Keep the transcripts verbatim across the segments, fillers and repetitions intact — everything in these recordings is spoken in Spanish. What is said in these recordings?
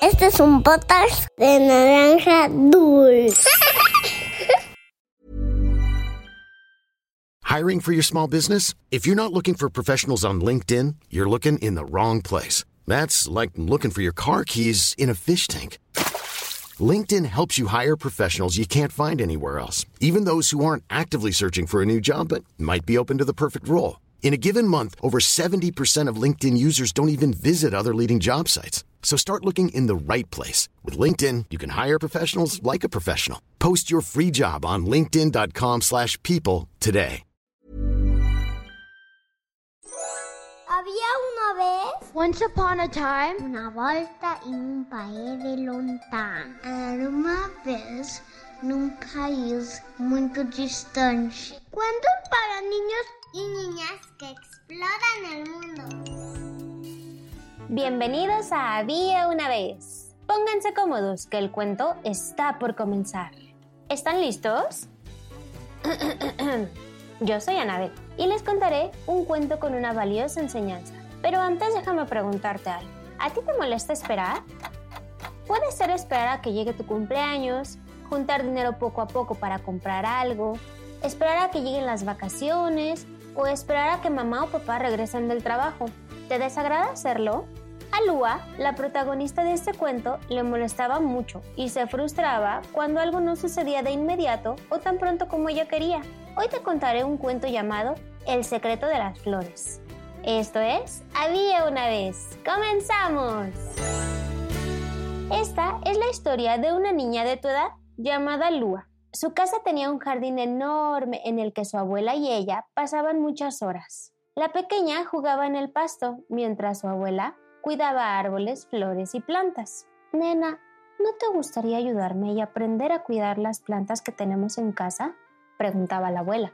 Este es un podcast de Naranja Dulce. Hiring for your small business? If you're not looking for professionals on LinkedIn, you're looking in the wrong place. That's like looking for your car keys in a fish tank. LinkedIn helps you hire professionals you can't find anywhere else, even those who aren't actively searching for a new job but might be open to the perfect role. In a given month, over seventy percent of LinkedIn users don't even visit other leading job sites. So start looking in the right place. With LinkedIn, you can hire professionals like a professional. Post your free job on linkedin.com slash people today. Había una vez, Once upon a time, una volta en un país de lontano. Era uma vez num país muito distante. Cuentos para niños y niñas que exploran el mundo. Bienvenidos a Había una vez. Pónganse cómodos que el cuento está por comenzar. ¿Están listos? Yo soy Anabel y les contaré un cuento con una valiosa enseñanza. Pero antes déjame preguntarte algo. ¿A ti te molesta esperar? Puede ser esperar a que llegue tu cumpleaños, juntar dinero poco a poco para comprar algo, esperar a que lleguen las vacaciones o esperar a que mamá o papá regresen del trabajo. ¿Te desagrada hacerlo? A Lua, la protagonista de este cuento, le molestaba mucho y se frustraba cuando algo no sucedía de inmediato o tan pronto como ella quería. Hoy te contaré un cuento llamado El secreto de las flores. Esto es Había una vez. ¡Comenzamos! Esta es la historia de una niña de tu edad llamada Lua. Su casa tenía un jardín enorme en el que su abuela y ella pasaban muchas horas. La pequeña jugaba en el pasto mientras su abuela cuidaba árboles, flores y plantas. Nena, ¿no te gustaría ayudarme y aprender a cuidar las plantas que tenemos en casa?, preguntaba la abuela.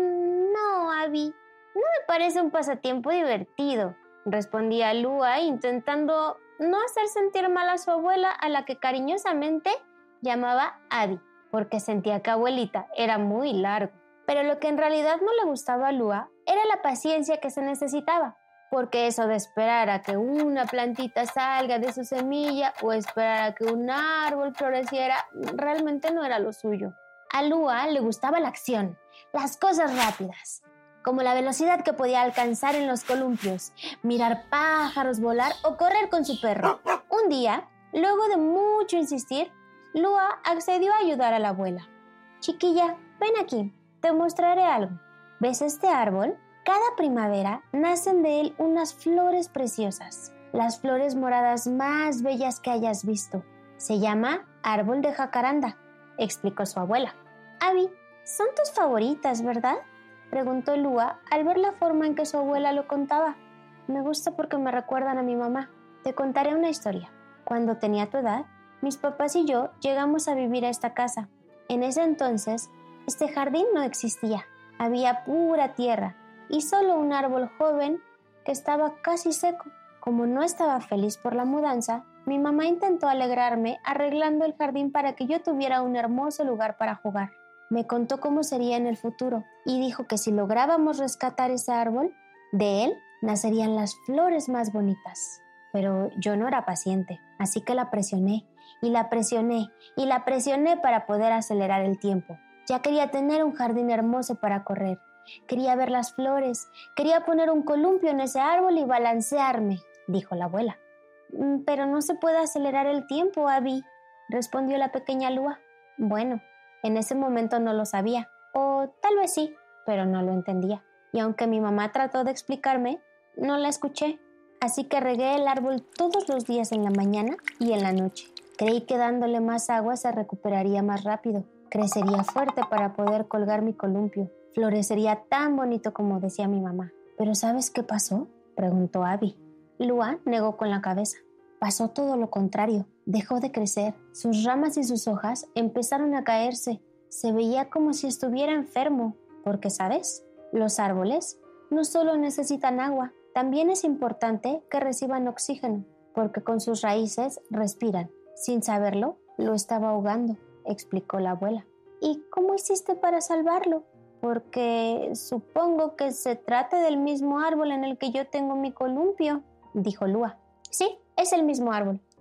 No, Abby, no me parece un pasatiempo divertido, respondía Lua, intentando no hacer sentir mal a su abuela, a la que cariñosamente llamaba Abby, porque sentía que abuelita era muy largo. Pero lo que en realidad no le gustaba a Lua era la paciencia que se necesitaba, porque eso de esperar a que una plantita salga de su semilla o esperar a que un árbol floreciera realmente no era lo suyo. A Lua le gustaba la acción, las cosas rápidas, como la velocidad que podía alcanzar en los columpios, mirar pájaros volar o correr con su perro. Un día, luego de mucho insistir, Lua accedió a ayudar a la abuela. Chiquilla, ven aquí, te mostraré algo. ¿Ves este árbol? Cada primavera nacen de él unas flores preciosas, las flores moradas más bellas que hayas visto. Se llama árbol de jacaranda, explicó su abuela. Abby, son tus favoritas, ¿verdad?, preguntó Lua al ver la forma en que su abuela lo contaba. Me gusta porque me recuerdan a mi mamá. Te contaré una historia. Cuando tenía tu edad, mis papás y yo llegamos a vivir a esta casa. En ese entonces, este jardín no existía. Había pura tierra y solo un árbol joven que estaba casi seco. Como no estaba feliz por la mudanza, mi mamá intentó alegrarme arreglando el jardín para que yo tuviera un hermoso lugar para jugar. Me contó cómo sería en el futuro y dijo que si lográbamos rescatar ese árbol, de él nacerían las flores más bonitas. Pero yo no era paciente, así que la presioné y la presioné y la presioné para poder acelerar el tiempo. Ya quería tener un jardín hermoso para correr. Quería ver las flores, quería poner un columpio en ese árbol y balancearme, dijo la abuela. Pero no se puede acelerar el tiempo, Abby, respondió la pequeña Lua. Bueno, en ese momento no lo sabía, o tal vez sí, pero no lo entendía. Y aunque mi mamá trató de explicarme, no la escuché. Así que regué el árbol todos los días en la mañana y en la noche. Creí que dándole más agua se recuperaría más rápido, crecería fuerte para poder colgar mi columpio, florecería tan bonito como decía mi mamá. ¿Pero sabes qué pasó?, preguntó Abby. Lua negó con la cabeza. Pasó todo lo contrario. Dejó de crecer. Sus ramas y sus hojas empezaron a caerse. Se veía como si estuviera enfermo. Porque, ¿sabes? Los árboles no solo necesitan agua, también es importante que reciban oxígeno, porque con sus raíces respiran. Sin saberlo, lo estaba ahogando, explicó la abuela. ¿Y cómo hiciste para salvarlo? Porque supongo que se trata del mismo árbol en el que yo tengo mi columpio, dijo Lua. Sí, es el mismo árbol.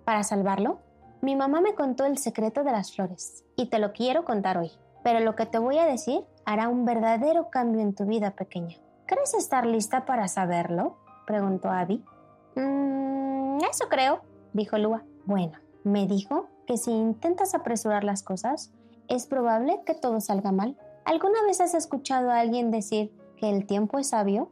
¿Para salvarlo? Mi mamá me contó el secreto de las flores y te lo quiero contar hoy. Pero lo que te voy a decir hará un verdadero cambio en tu vida, pequeña. ¿Crees estar lista para saberlo?, preguntó Abby. Mmm, eso creo, dijo Lua. Bueno, me dijo que si intentas apresurar las cosas, es probable que todo salga mal. ¿Alguna vez has escuchado a alguien decir que el tiempo es sabio?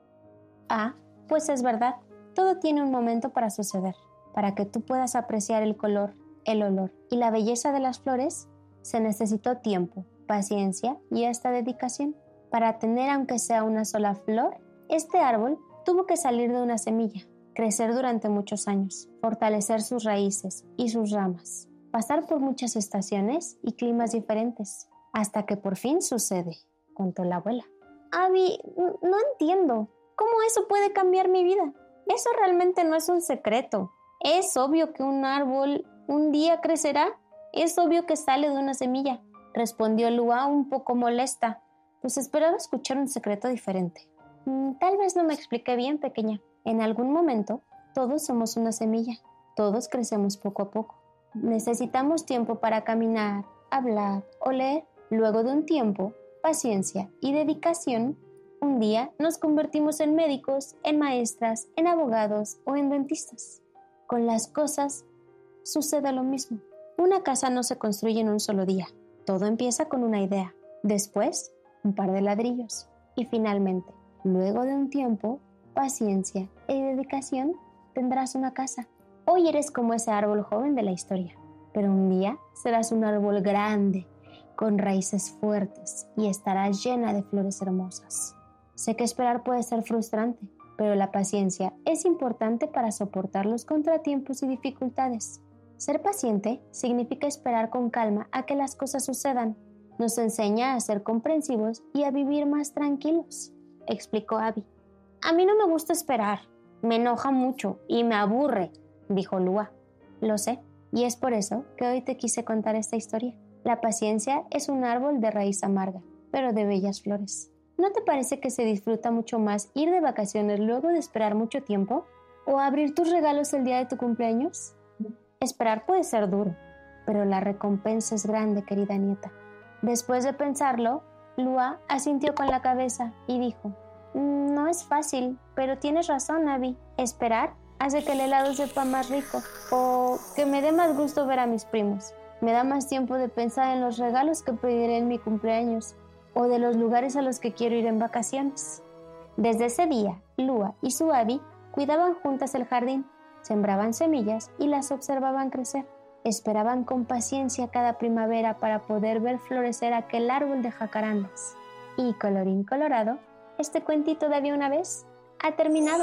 Ah, pues es verdad. Todo tiene un momento para suceder. Para que tú puedas apreciar el color, el olor y la belleza de las flores, se necesitó tiempo, paciencia y hasta dedicación. Para tener aunque sea una sola flor, este árbol tuvo que salir de una semilla, crecer durante muchos años, fortalecer sus raíces y sus ramas, pasar por muchas estaciones y climas diferentes, hasta que por fin sucede, contó la abuela. Abby, no entiendo. ¿Cómo eso puede cambiar mi vida? Eso realmente no es un secreto. Es obvio que un árbol un día crecerá. Es obvio que sale de una semilla, respondió Lua un poco molesta, pues esperaba escuchar un secreto diferente. Tal vez no me expliqué bien, pequeña. En algún momento, todos somos una semilla. Todos crecemos poco a poco. Necesitamos tiempo para caminar, hablar o leer. Luego de un tiempo, paciencia y dedicación, un día nos convertimos en médicos, en maestras, en abogados o en dentistas. Con las cosas sucede lo mismo. Una casa no se construye en un solo día. Todo empieza con una idea. Después, un par de ladrillos. Y finalmente, luego de un tiempo, paciencia y dedicación, tendrás una casa. Hoy eres como ese árbol joven de la historia, pero un día serás un árbol grande, con raíces fuertes y estarás llena de flores hermosas. Sé que esperar puede ser frustrante, pero la paciencia es importante para soportar los contratiempos y dificultades. Ser paciente significa esperar con calma a que las cosas sucedan. Nos enseña a ser comprensivos y a vivir más tranquilos, explicó Abby. A mí no me gusta esperar, me enoja mucho y me aburre, dijo Lua. Lo sé, y es por eso que hoy te quise contar esta historia. La paciencia es un árbol de raíz amarga, pero de bellas flores. ¿No te parece que se disfruta mucho más ir de vacaciones luego de esperar mucho tiempo? ¿O abrir tus regalos el día de tu cumpleaños? Esperar puede ser duro, pero la recompensa es grande, querida nieta. Después de pensarlo, Lua asintió con la cabeza y dijo, no es fácil, pero tienes razón, Abby. Esperar hace que el helado sepa más rico o que me dé más gusto ver a mis primos. Me da más tiempo de pensar en los regalos que pediré en mi cumpleaños o de los lugares a los que quiero ir en vacaciones. Desde ese día, Lua y su Abby cuidaban juntas el jardín, sembraban semillas y las observaban crecer. Esperaban con paciencia cada primavera para poder ver florecer aquel árbol de jacarandas. Y colorín colorado, este cuentito de había una vez ha terminado.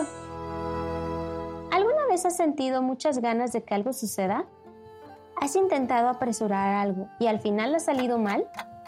¿Alguna vez has sentido muchas ganas de que algo suceda? ¿Has intentado apresurar algo y al final ha salido mal?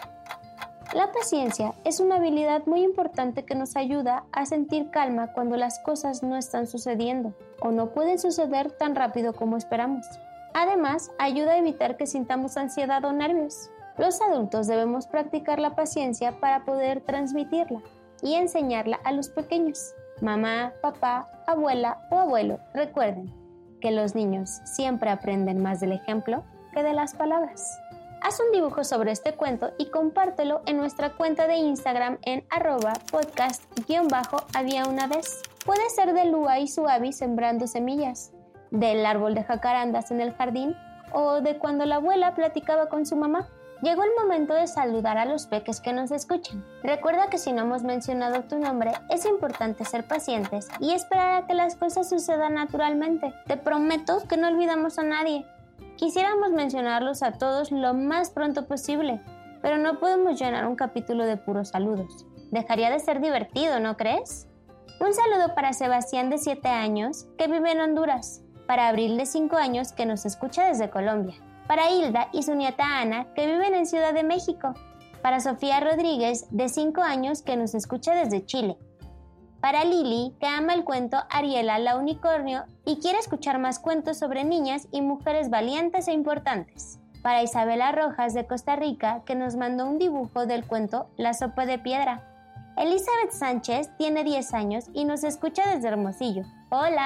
La paciencia es una habilidad muy importante que nos ayuda a sentir calma cuando las cosas no están sucediendo o no pueden suceder tan rápido como esperamos. Además, ayuda a evitar que sintamos ansiedad o nervios. Los adultos debemos practicar la paciencia para poder transmitirla y enseñarla a los pequeños. Mamá, papá, abuela o abuelo, recuerden que los niños siempre aprenden más del ejemplo que de las palabras. Haz un dibujo sobre este cuento y compártelo en nuestra cuenta de Instagram en arroba podcast guión bajo había una vez. Puede ser de Lua y su Abby sembrando semillas, del árbol de jacarandas en el jardín o de cuando la abuela platicaba con su mamá. Llegó el momento de saludar a los peques que nos escuchan. Recuerda que si no hemos mencionado tu nombre, es importante ser pacientes y esperar a que las cosas sucedan naturalmente. Te prometo que no olvidamos a nadie. Quisiéramos mencionarlos a todos lo más pronto posible, pero no podemos llenar un capítulo de puros saludos. Dejaría de ser divertido, ¿no crees? Un saludo para Sebastián de siete años, que vive en Honduras. Para Abril de cinco años, que nos escucha desde Colombia. Para Hilda y su nieta Ana, que viven en Ciudad de México. Para Sofía Rodríguez, de cinco años, que nos escucha desde Chile. Para Lili, que ama el cuento Ariela la unicornio y quiere escuchar más cuentos sobre niñas y mujeres valientes e importantes. Para Isabela Rojas, de Costa Rica, que nos mandó un dibujo del cuento La sopa de piedra. Elizabeth Sánchez tiene diez años y nos escucha desde Hermosillo. ¡Hola!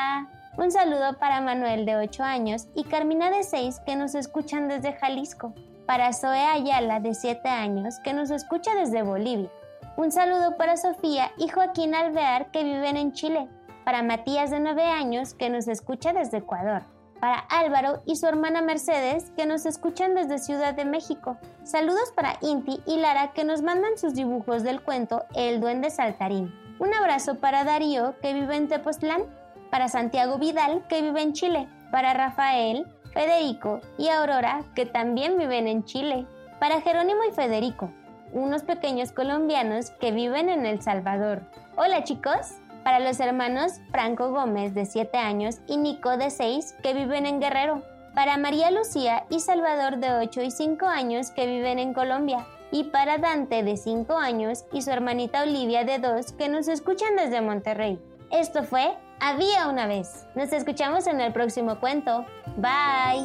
Un saludo para Manuel de ocho años y Carmina de seis que nos escuchan desde Jalisco. Para Zoe Ayala de siete años que nos escucha desde Bolivia. Un saludo para Sofía y Joaquín Alvear que viven en Chile. Para Matías de nueve años que nos escucha desde Ecuador. Para Álvaro y su hermana Mercedes que nos escuchan desde Ciudad de México. Saludos para Inti y Lara que nos mandan sus dibujos del cuento El Duende Saltarín. Un abrazo para Darío que vive en Tepoztlán. Para Santiago Vidal que vive en Chile. Para Rafael, Federico y Aurora que también viven en Chile. Para Jerónimo y Federico, unos pequeños colombianos que viven en El Salvador. Hola chicos. Para los hermanos Franco Gómez de siete años y Nico de seis que viven en Guerrero. Para María Lucía y Salvador de ocho y cinco años que viven en Colombia. Y para Dante de cinco años y su hermanita Olivia de dos que nos escuchan desde Monterrey. Esto fue Había una vez. Nos escuchamos en el próximo cuento. Bye.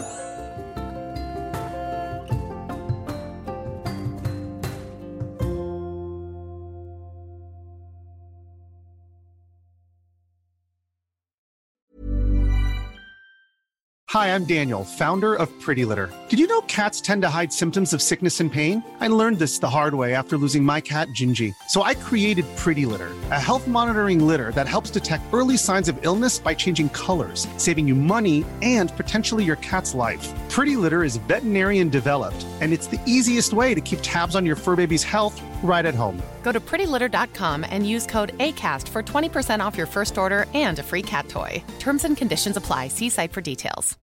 Hi, I'm Daniel, founder of Pretty Litter. Did you know cats tend to hide symptoms of sickness and pain? I learned this the hard way after losing my cat, Gingy. So I created Pretty Litter, a health monitoring litter that helps detect early signs of illness by changing colors, saving you money and potentially your cat's life. Pretty Litter is veterinarian developed, and it's the easiest way to keep tabs on your fur baby's health right at home. Go to pretty litter dot com and use code ACAST for twenty percent off your first order and a free cat toy. Terms and conditions apply. See site for details.